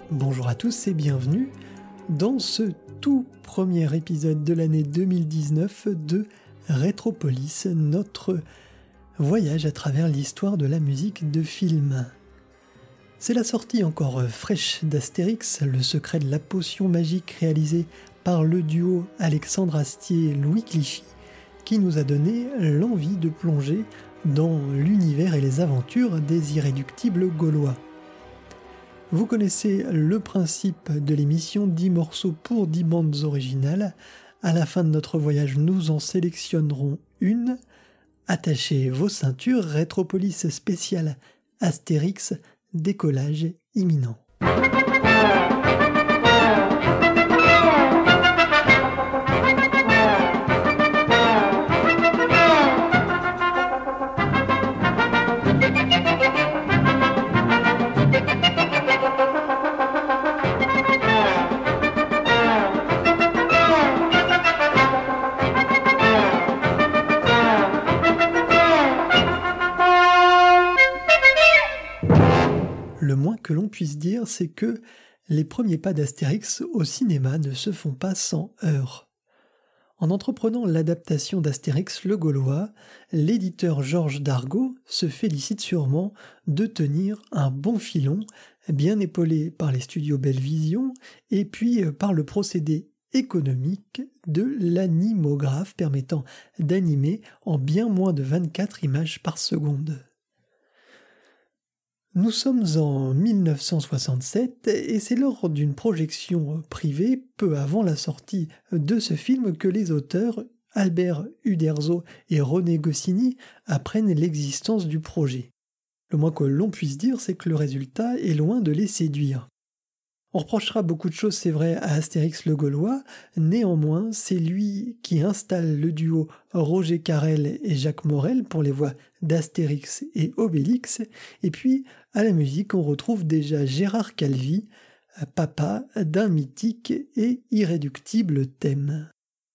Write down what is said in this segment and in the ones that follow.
Bonjour à tous et bienvenue dans ce tout premier épisode de l'année 2019 de Rétropolis, notre voyage à travers l'histoire de la musique de film. C'est la sortie encore fraîche d'Astérix, le secret de la potion magique réalisée par le duo Alexandre Astier et Louis Clichy, qui nous a donné l'envie de plonger dans l'univers et les aventures des irréductibles Gaulois. Vous connaissez le principe de l'émission, 10 morceaux pour 10 bandes originales. À la fin de notre voyage, nous en sélectionnerons une. Attachez vos ceintures, Rétropolis spécial Astérix, décollage imminent. Le moins que l'on puisse dire, c'est que les premiers pas d'Astérix au cinéma ne se font pas sans heurts. En entreprenant l'adaptation d'Astérix le Gaulois, l'éditeur Georges Dargaud se félicite sûrement de tenir un bon filon, bien épaulé par les studios Bellevision et puis par le procédé économique de l'animographe permettant d'animer en bien moins de 24 images par seconde. Nous sommes en 1967 et c'est lors d'une projection privée, peu avant la sortie de ce film, que les auteurs Albert Uderzo et René Goscinny apprennent l'existence du projet. Le moins que l'on puisse dire, c'est que le résultat est loin de les séduire. On reprochera beaucoup de choses, c'est vrai, à Astérix le Gaulois, néanmoins, c'est lui qui installe le duo Roger Carrel et Jacques Morel pour les voix d'Astérix et Obélix, et puis à la musique on retrouve déjà Gérard Calvi, papa d'un mythique et irréductible thème.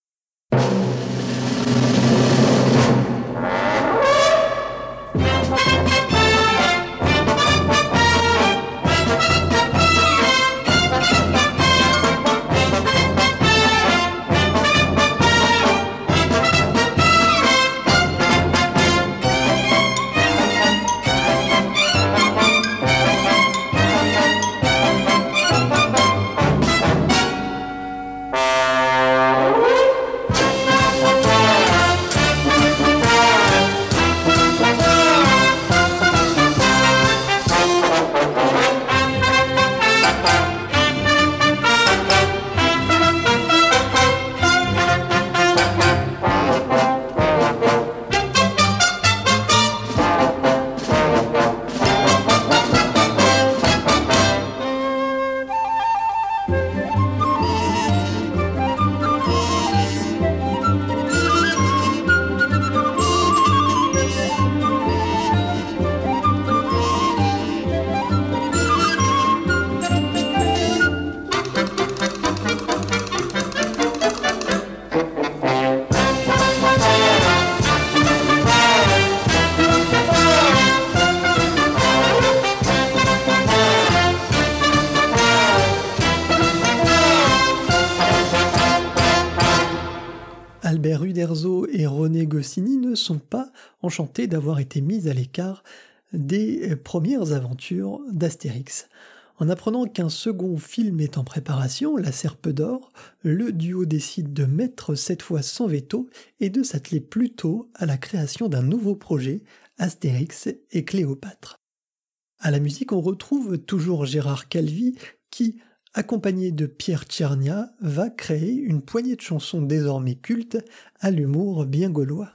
Albert Uderzo et René Goscinny ne sont pas enchantés d'avoir été mis à l'écart des premières aventures d'Astérix. En apprenant qu'un second film est en préparation, La Serpe d'Or, le duo décide de mettre cette fois son veto et de s'atteler plutôt à la création d'un nouveau projet, Astérix et Cléopâtre. À la musique, on retrouve toujours Gérard Calvi qui, accompagné de Pierre Tchernia, va créer une poignée de chansons désormais cultes à l'humour bien gaulois.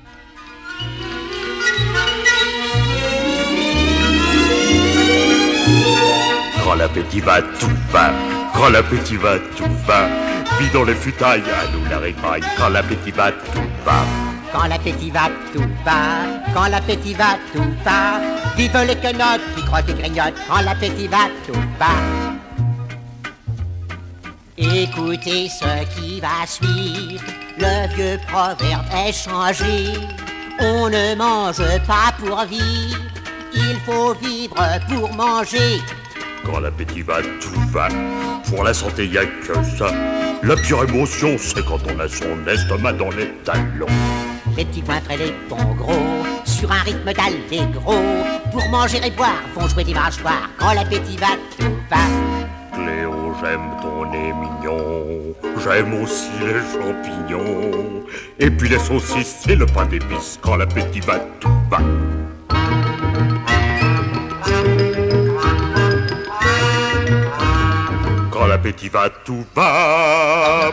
Quand l'appétit va, tout va. Quand l'appétit va, tout va. Vis dans les futailles, à nous la régraille. Quand l'appétit va, tout va. Quand l'appétit va, tout va. Quand l'appétit va, tout va. Vive les quenottes qui croquent et grignotent. Quand l'appétit va, tout va. Écoutez ce qui va suivre, le vieux proverbe est changé. On ne mange pas pour vivre, il faut vivre pour manger. Quand l'appétit va, tout va. Pour la santé, y a que ça. La pire émotion, c'est quand on a son estomac dans les talons. Les petits points frais, les bons gros, sur un rythme d'allégro. Pour manger et boire, font jouer des mâchoires. Quand l'appétit va, tout va. Cléo, j'aime ton nez mignon. J'aime aussi les champignons. Et puis les saucisses et le pain d'épices. Quand l'appétit va, tout va. Quand l'appétit va, tout va.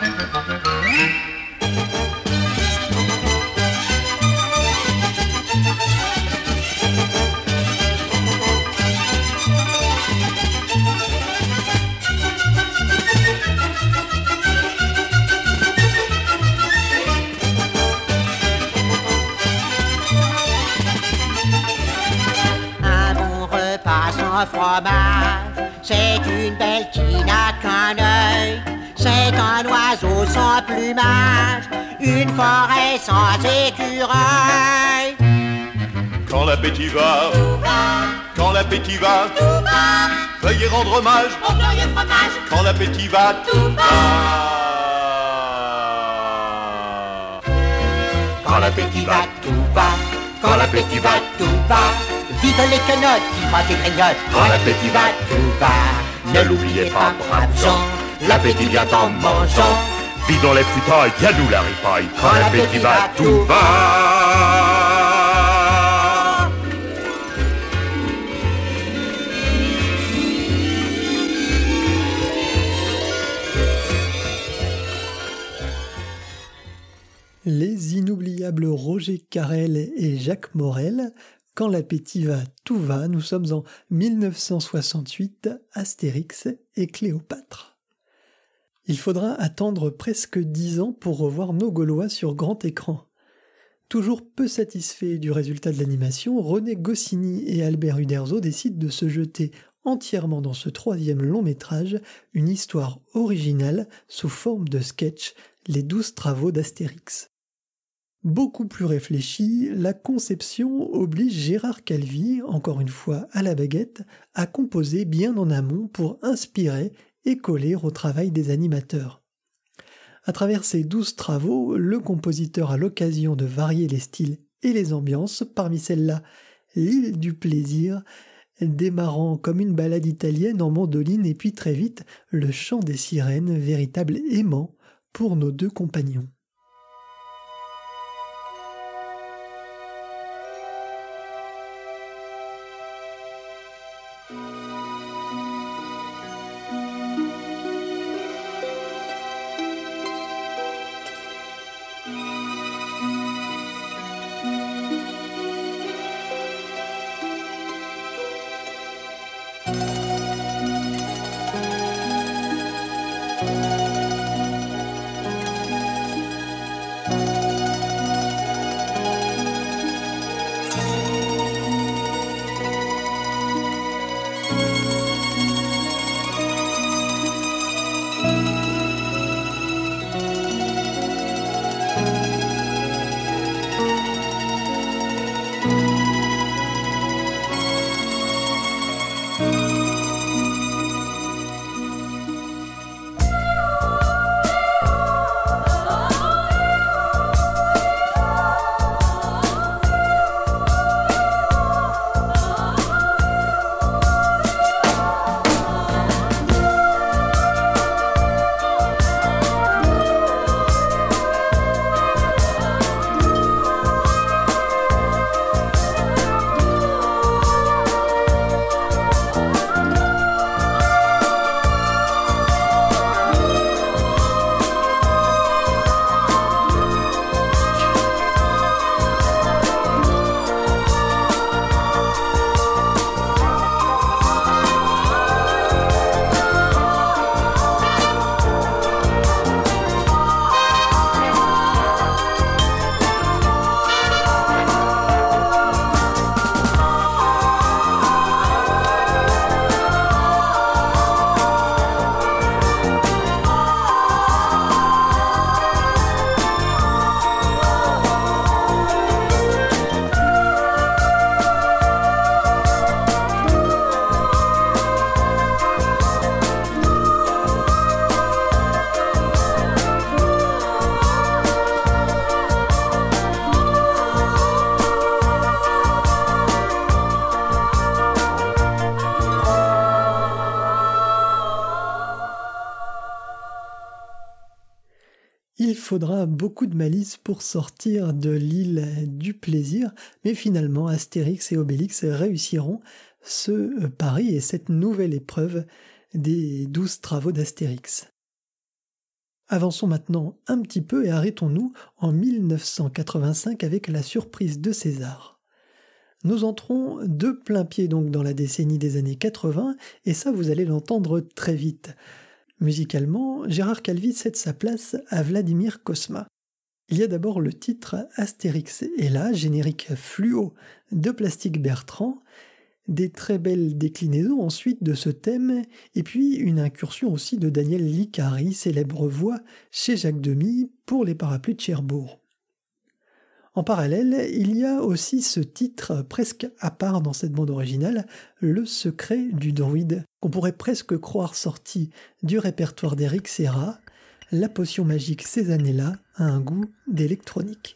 Un bon repas sans fromage, c'est une belle qui n'a qu'un œil. C'est un oiseau sans plumage, une forêt sans écureuil. Quand l'appétit va, quand l'appétit va, veuillez rendre hommage Au glorieux fromage, quand l'appétit va, quand l'appétit va, tout va. Quand l'appétit va, tout va. Vive les quenottes qui croient et grignotent. Quand l'appétit va, tout va. Ne l'oubliez pas, braves gens, L'appétit vient en mangeant. Vite dans les futailles, y'a nous la ripaille. Quand l'appétit va, tout va. Les inoubliables Roger Carrel et Jacques Morel. Quand l'appétit va, tout va. Nous sommes en 1968, Astérix et Cléopâtre. Il faudra attendre presque 10 ans pour revoir nos Gaulois sur grand écran. Toujours peu satisfaits du résultat de l'animation, René Goscinny et Albert Uderzo décident de se jeter entièrement dans ce 3e long métrage, une histoire originale sous forme de sketch, les 12 travaux d'Astérix. Beaucoup plus réfléchi, la conception oblige Gérard Calvi, encore une fois à la baguette, à composer bien en amont pour inspirer et coller au travail des animateurs. À travers ces 12 travaux, le compositeur a l'occasion de varier les styles et les ambiances, parmi celles-là, l'île du plaisir, démarrant comme une ballade italienne en mandoline et puis très vite le chant des sirènes, véritable aimant pour nos deux compagnons. Il faudra beaucoup de malice pour sortir de l'île du plaisir, mais finalement Astérix et Obélix réussiront ce pari et cette nouvelle épreuve des 12 travaux d'Astérix. Avançons maintenant un petit peu et arrêtons-nous en 1985 avec la surprise de César. Nous entrons de plein pied donc dans la décennie des années 80 et ça vous allez l'entendre très vite. Musicalement, Gérard Calvi cède sa place à Vladimir Cosma. Il y a d'abord le titre Astérix et là, générique fluo de Plastique Bertrand, des très belles déclinaisons ensuite de ce thème, et puis une incursion aussi de Daniel Licari, célèbre voix chez Jacques Demy pour les parapluies de Cherbourg. En parallèle, il y a aussi ce titre presque à part dans cette bande originale, Le secret du druide, qu'on pourrait presque croire sorti du répertoire d'Éric Serra. La potion magique ces années-là a un goût d'électronique.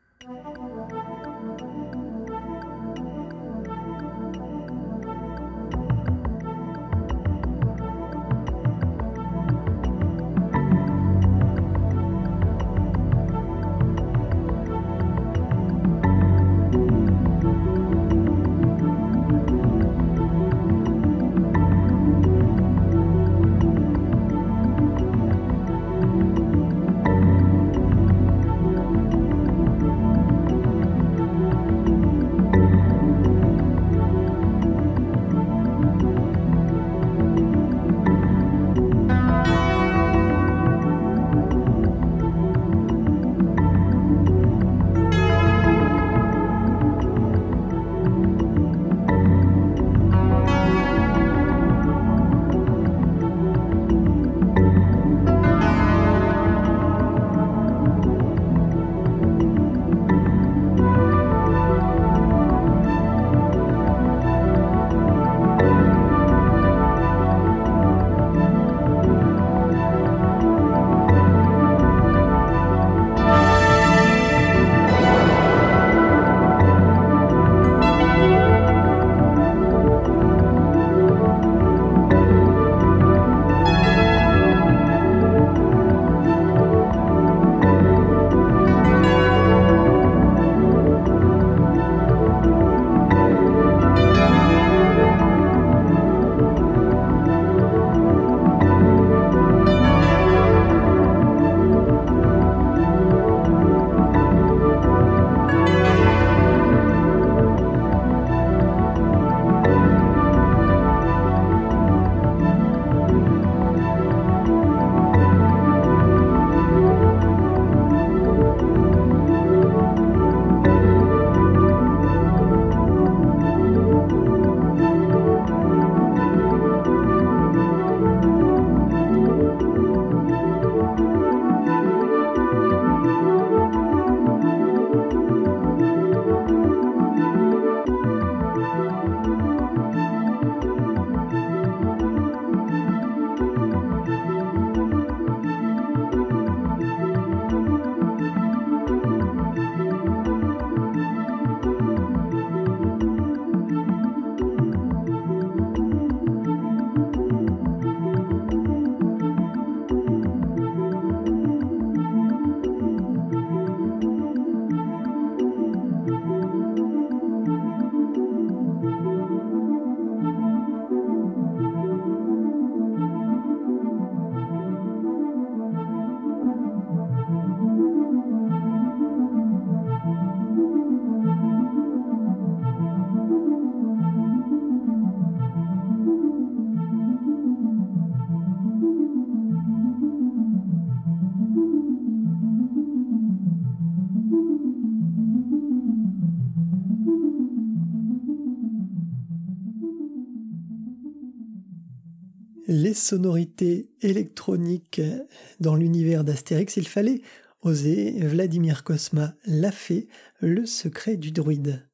Les sonorités électroniques dans l'univers d'Astérix, il fallait oser. Vladimir Cosma l'a fait, Le secret du druide.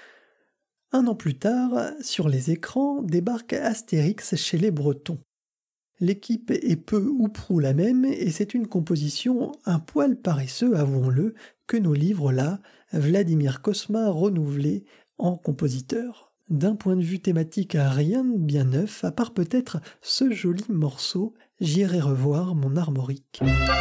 Un an plus tard, sur les écrans, débarque Astérix chez les Bretons. L'équipe est peu ou prou la même et c'est une composition un poil paresseux, avouons-le, que nous livre là Vladimir Cosma renouvelé en compositeur. D'un point de vue thématique, rien de bien neuf, à part peut-être ce joli morceau « J'irai revoir mon armorique ».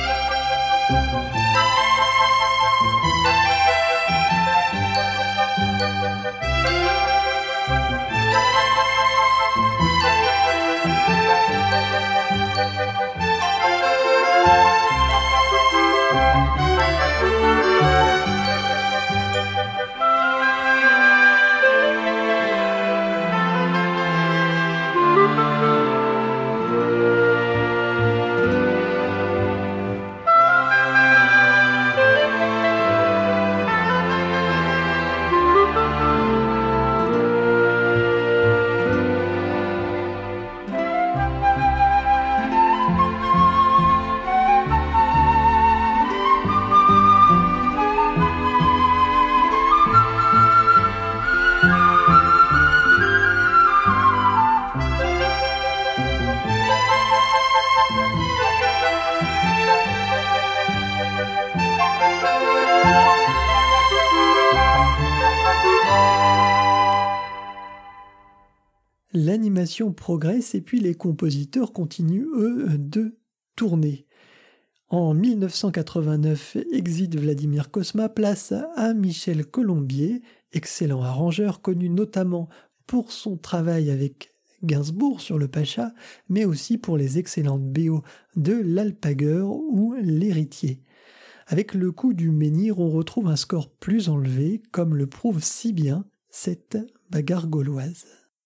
L'animation progresse et puis les compositeurs continuent, eux, de tourner. En 1989, exit Vladimir Cosma, place à Michel Colombier, excellent arrangeur connu notamment pour son travail avec Gainsbourg sur le Pacha, mais aussi pour les excellentes BO de l'Alpagueur ou L'Héritier. Avec le coup du menhir, on retrouve un score plus enlevé, comme le prouve si bien cette bagarre gauloise.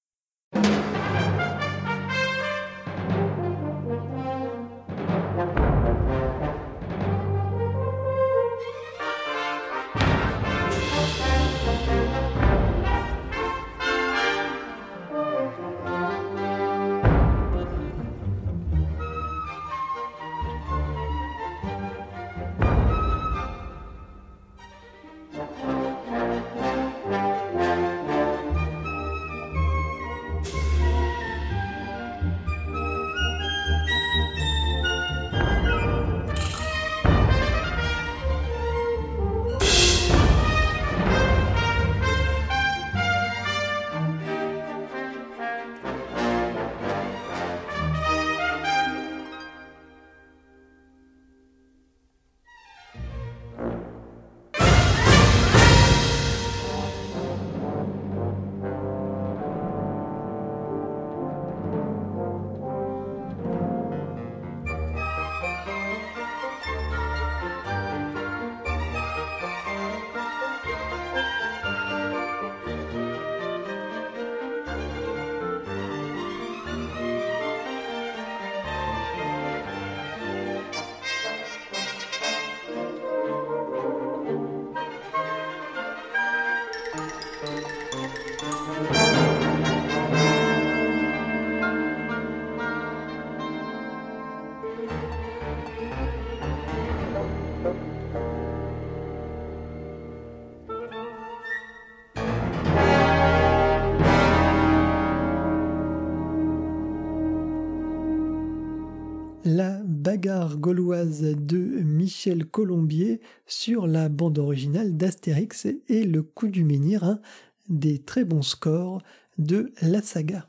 La bagarre gauloise de Michel Colombier sur la bande originale d'Astérix et le coup du menhir, un des très bons scores de la saga.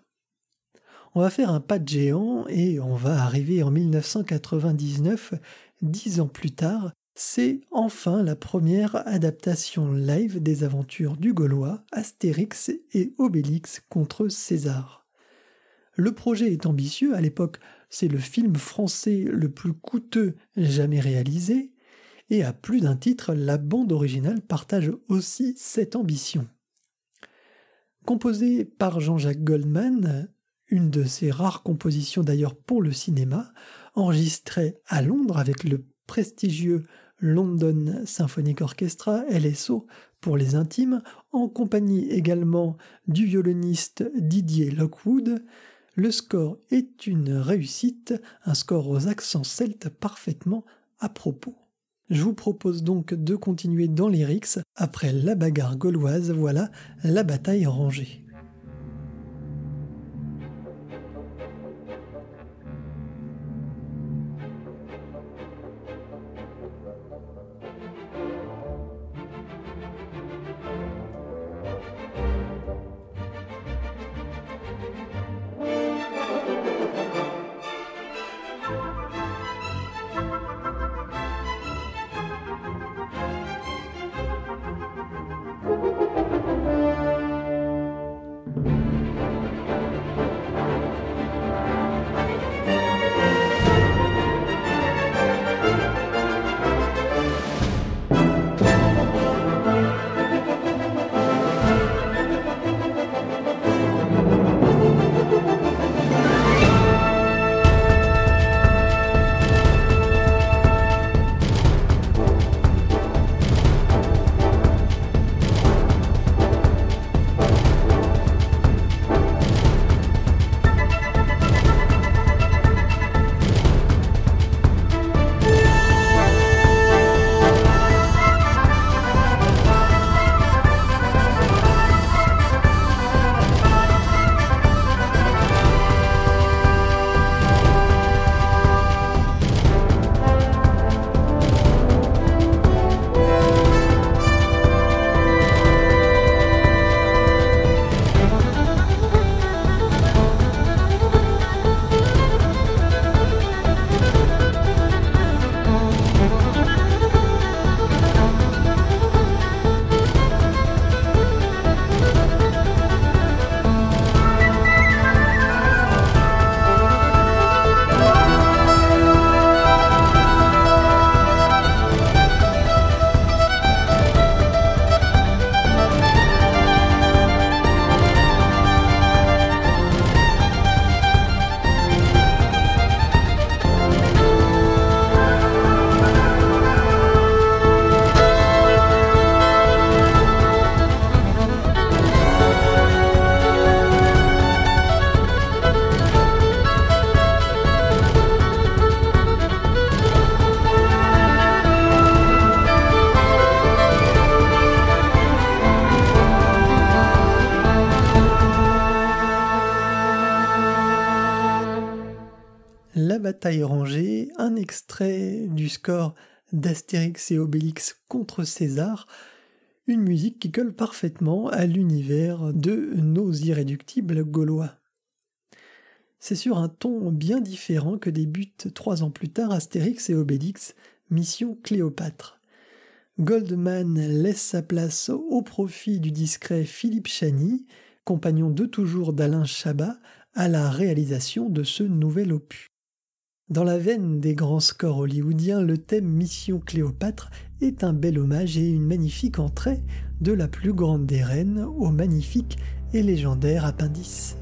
On va faire un pas de géant et on va arriver en 1999, 10 ans plus tard. C'est enfin la première adaptation live des aventures du Gaulois, Astérix et Obélix contre César. Le projet est ambitieux, à l'époque c'est le film français le plus coûteux jamais réalisé, et à plus d'un titre, la bande originale partage aussi cette ambition. Composée par Jean-Jacques Goldman, une de ses rares compositions d'ailleurs pour le cinéma, enregistrée à Londres avec le prestigieux London Symphonic Orchestra, LSO pour les intimes, en compagnie également du violoniste Didier Lockwood. Le score est une réussite, un score aux accents celtes parfaitement à propos. Je vous propose donc de continuer dans les lyrics. Après la bagarre gauloise, voilà la bataille rangée. taille rangée, un extrait du score d'Astérix et Obélix contre César, une musique qui colle parfaitement à l'univers de nos irréductibles Gaulois. C'est sur un ton bien différent que débute 3 ans plus tard Astérix et Obélix, Mission Cléopâtre. Goldman laisse sa place au profit du discret Philippe Chani, compagnon de toujours d'Alain Chabat, à la réalisation de ce nouvel opus. Dans la veine des grands scores hollywoodiens, le thème Mission Cléopâtre est un bel hommage et une magnifique entrée de la plus grande des reines au magnifique et légendaire appendice.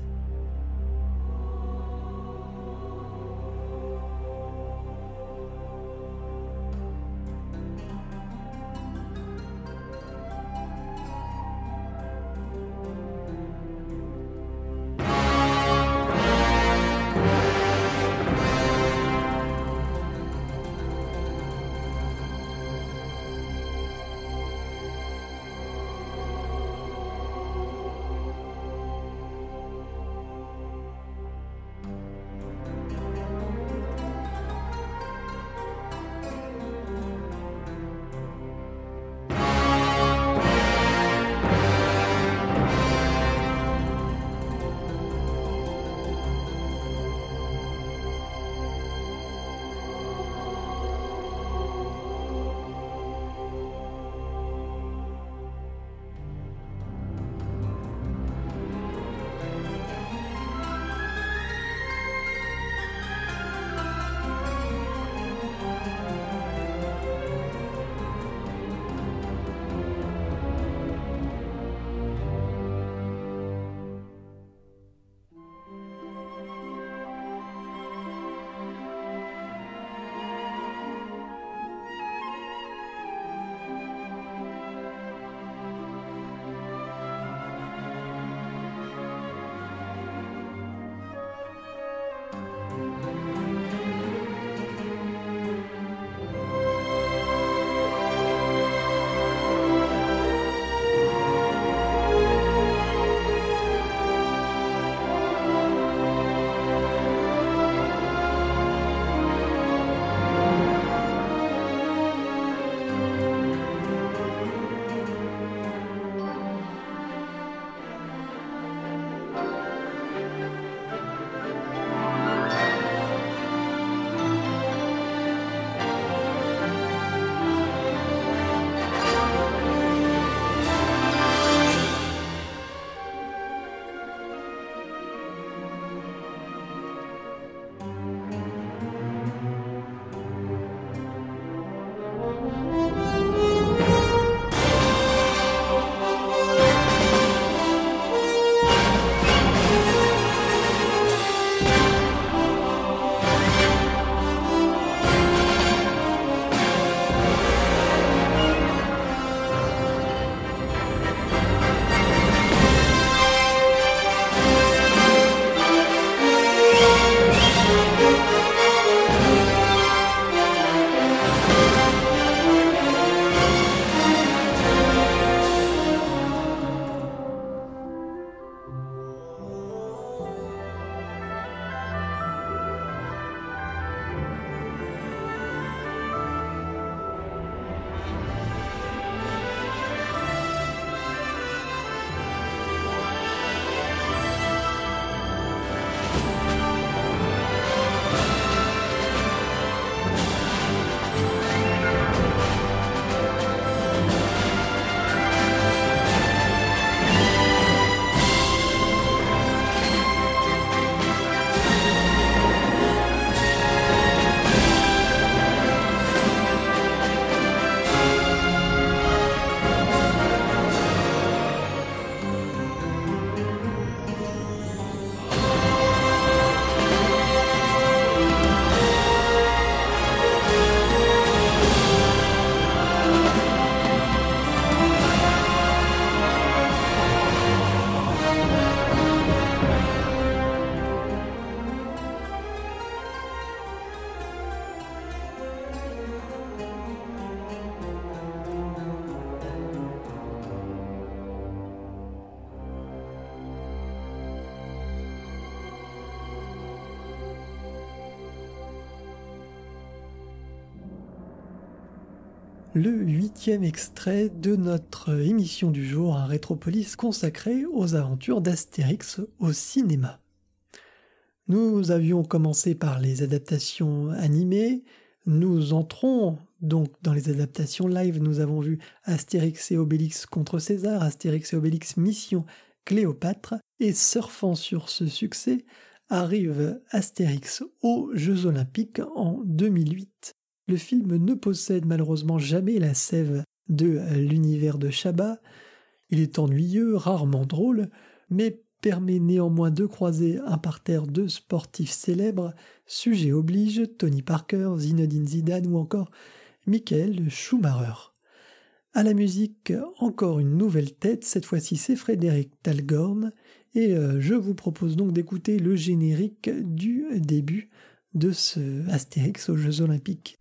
le 8e extrait de notre émission du jour, un Rétropolis consacré aux aventures d'Astérix au cinéma. Nous avions commencé par les adaptations animées, nous entrons donc dans les adaptations live. Nous avons vu Astérix et Obélix contre César, Astérix et Obélix Mission Cléopâtre, et surfant sur ce succès, arrive Astérix aux Jeux Olympiques en 2008. Le film ne possède malheureusement jamais la sève de l'univers de Chabat. Il est ennuyeux, rarement drôle, mais permet néanmoins de croiser un parterre de sportifs célèbres, sujet oblige Tony Parker, Zinedine Zidane ou encore Michael Schumacher. À la musique, encore une nouvelle tête, cette fois-ci c'est Frédéric Talgorn, et je vous propose donc d'écouter le générique du début de ce Astérix aux Jeux Olympiques.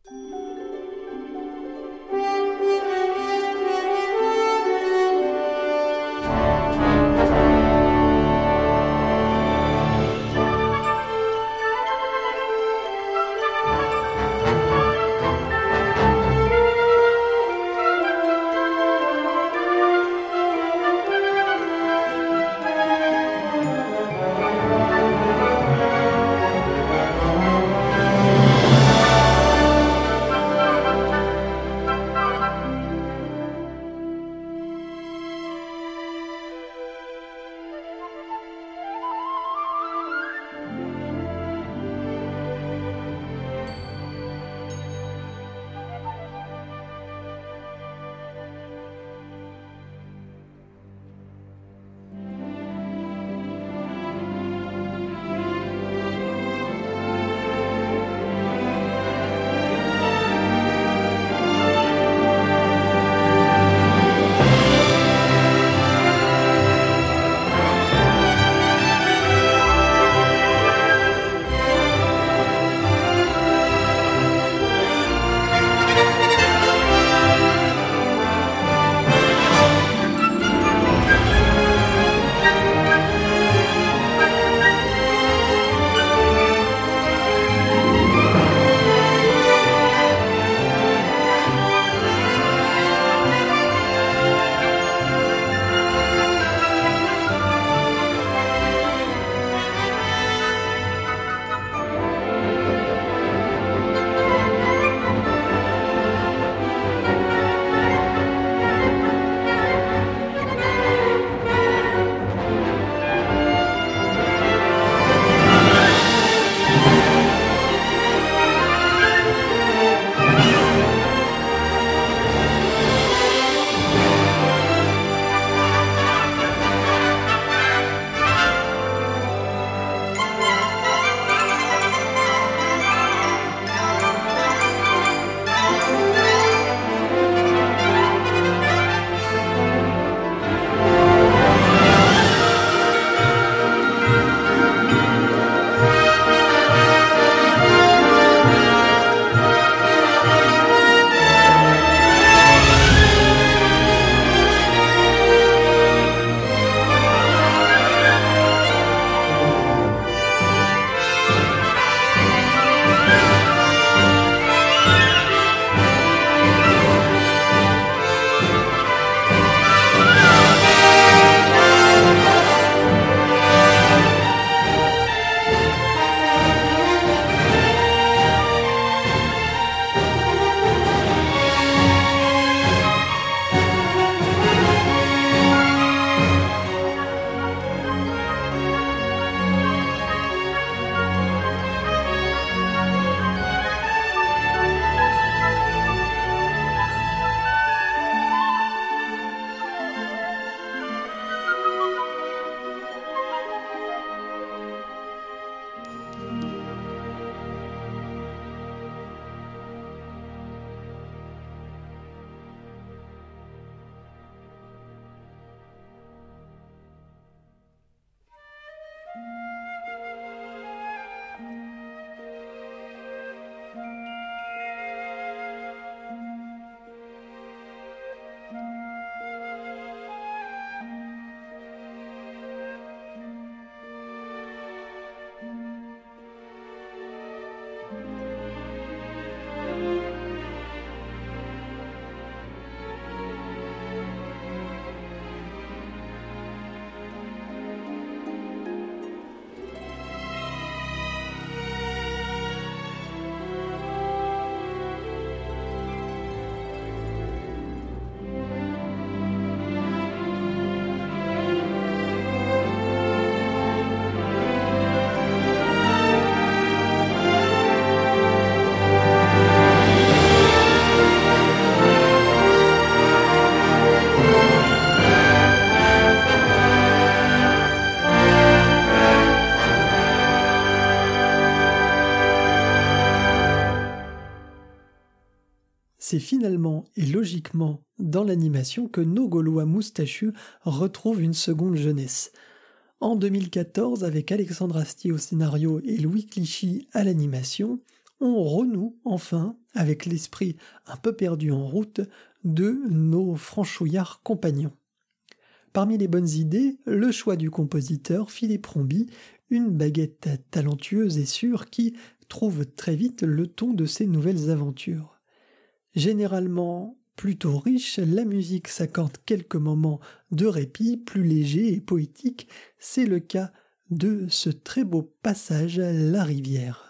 c'est finalement et logiquement dans l'animation que nos Gaulois moustachus retrouvent une seconde jeunesse. En 2014, avec Alexandre Astier au scénario et Louis Clichy à l'animation, on renoue enfin avec l'esprit un peu perdu en route de nos franchouillards compagnons. Parmi les bonnes idées, le choix du compositeur Philippe Rombi, une baguette talentueuse et sûre qui trouve très vite le ton de ses nouvelles aventures. Généralement plutôt riche, la musique s'accorde quelques moments de répit plus légers et poétiques. C'est le cas de ce très beau passage à La Rivière.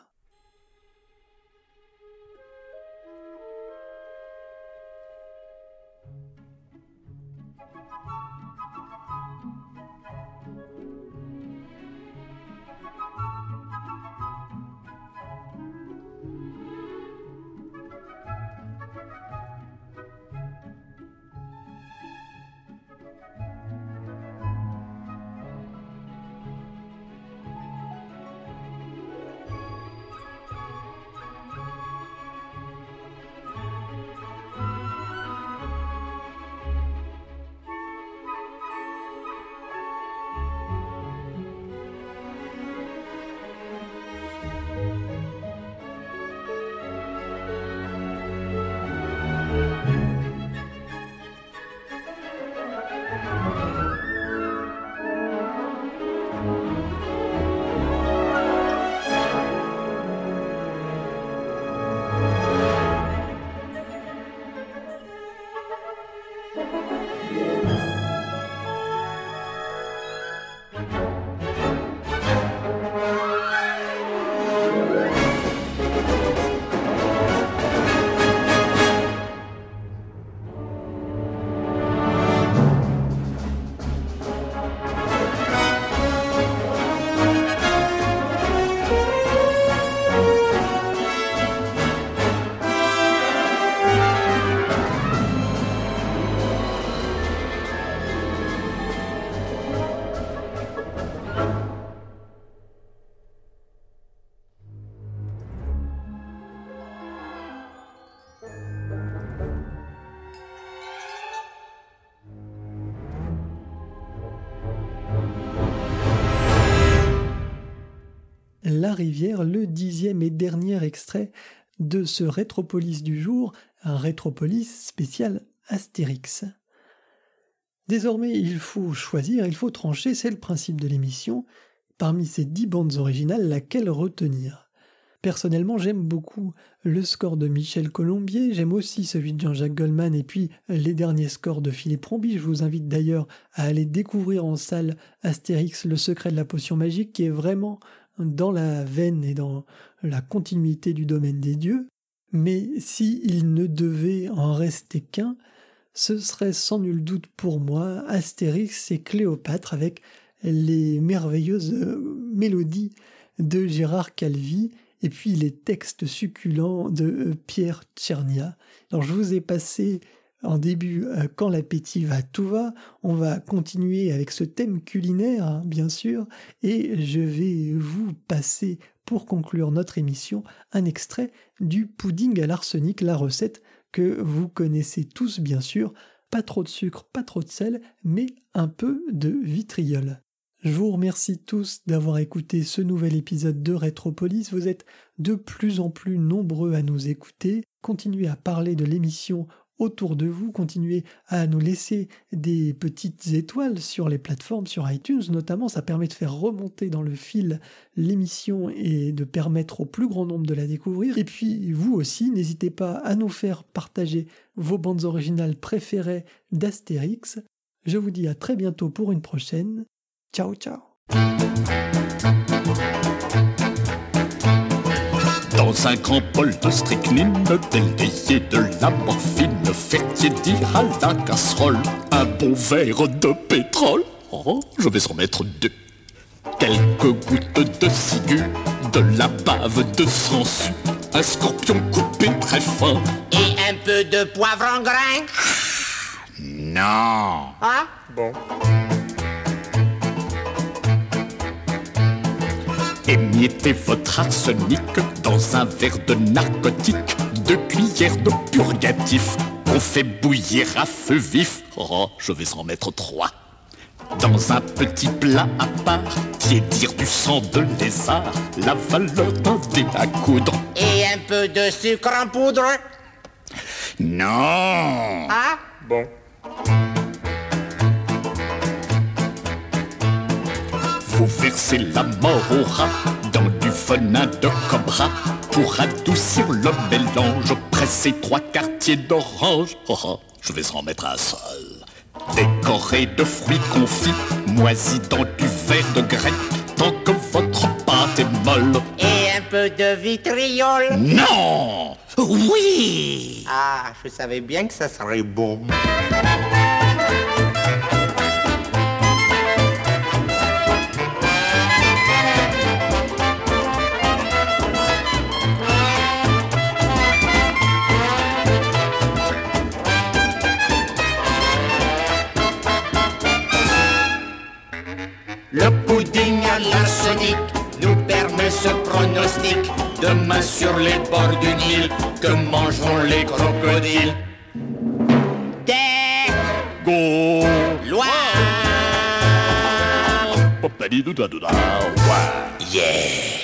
La Rivière, le 10e et dernier extrait de ce Rétropolis du jour, un Rétropolis spécial Astérix. Désormais, il faut choisir, il faut trancher, c'est le principe de l'émission. Parmi ces 10 bandes originales, laquelle retenir ? Personnellement, j'aime beaucoup le score de Michel Colombier, j'aime aussi celui de Jean-Jacques Goldman et puis les derniers scores de Philippe Rombi. Je vous invite d'ailleurs à aller découvrir en salle Astérix, le secret de la potion magique, qui est vraiment dans la veine et dans la continuité du domaine des dieux. Mais s'il ne devait en rester qu'un, ce serait sans nul doute pour moi Astérix et Cléopâtre avec les merveilleuses mélodies de Gérard Calvi et puis les textes succulents de Pierre Tchernia. Alors je vous ai passé en début Quand l'appétit va, tout va. On va continuer avec ce thème culinaire, hein, bien sûr, et je vais vous passer, pour conclure notre émission, un extrait du pudding à l'arsenic, la recette que vous connaissez tous bien sûr. Pas trop de sucre, pas trop de sel, mais un peu de vitriol. Je vous remercie tous d'avoir écouté ce nouvel épisode de Rétropolis. Vous êtes de plus en plus nombreux à nous écouter. Continuez à parler de l'émission autour de vous, continuez à nous laisser des petites étoiles sur les plateformes, sur iTunes notamment, ça permet de faire remonter dans le fil l'émission et de permettre au plus grand nombre de la découvrir. Et puis vous aussi, n'hésitez pas à nous faire partager vos bandes originales préférées d'Astérix. Je vous dis à très bientôt pour une prochaine. Ciao, ciao. Dans un grand bol de strychnine, délayé de la morphine, faire tiédir à la casserole un bon verre de pétrole. Oh, je vais en mettre 2. Quelques gouttes de ciguë, de la bave de sangsue, un scorpion coupé très fin Et un peu de poivre en grain. Non. Ah, bon. Émiettez votre arsenic dans un verre de narcotique, 2 cuillères de purgatif qu'on fait bouillir à feu vif. Oh, je vais en mettre 3. Dans un petit plat à part, tiédir du sang de lézard, la valeur d'un dé à coudre. Et un peu de sucre en poudre. Non. Ah, bon. Vous versez la mort au rat dans du venin de cobra. Pour adoucir le mélange, pressez 3 quartiers d'orange. Oh, oh, je vais en mettre un seul. Décoré de fruits confits, moisis dans du verre de graines, tant que votre pâte est molle. Et un peu de vitriol. Non. Oui. Ah, je savais bien que ça serait bon. Le pudding à l'arsenic nous permet ce pronostic. Demain sur les bords du Nil, que mangeront les crocodiles? Des Go. lois. Yeah.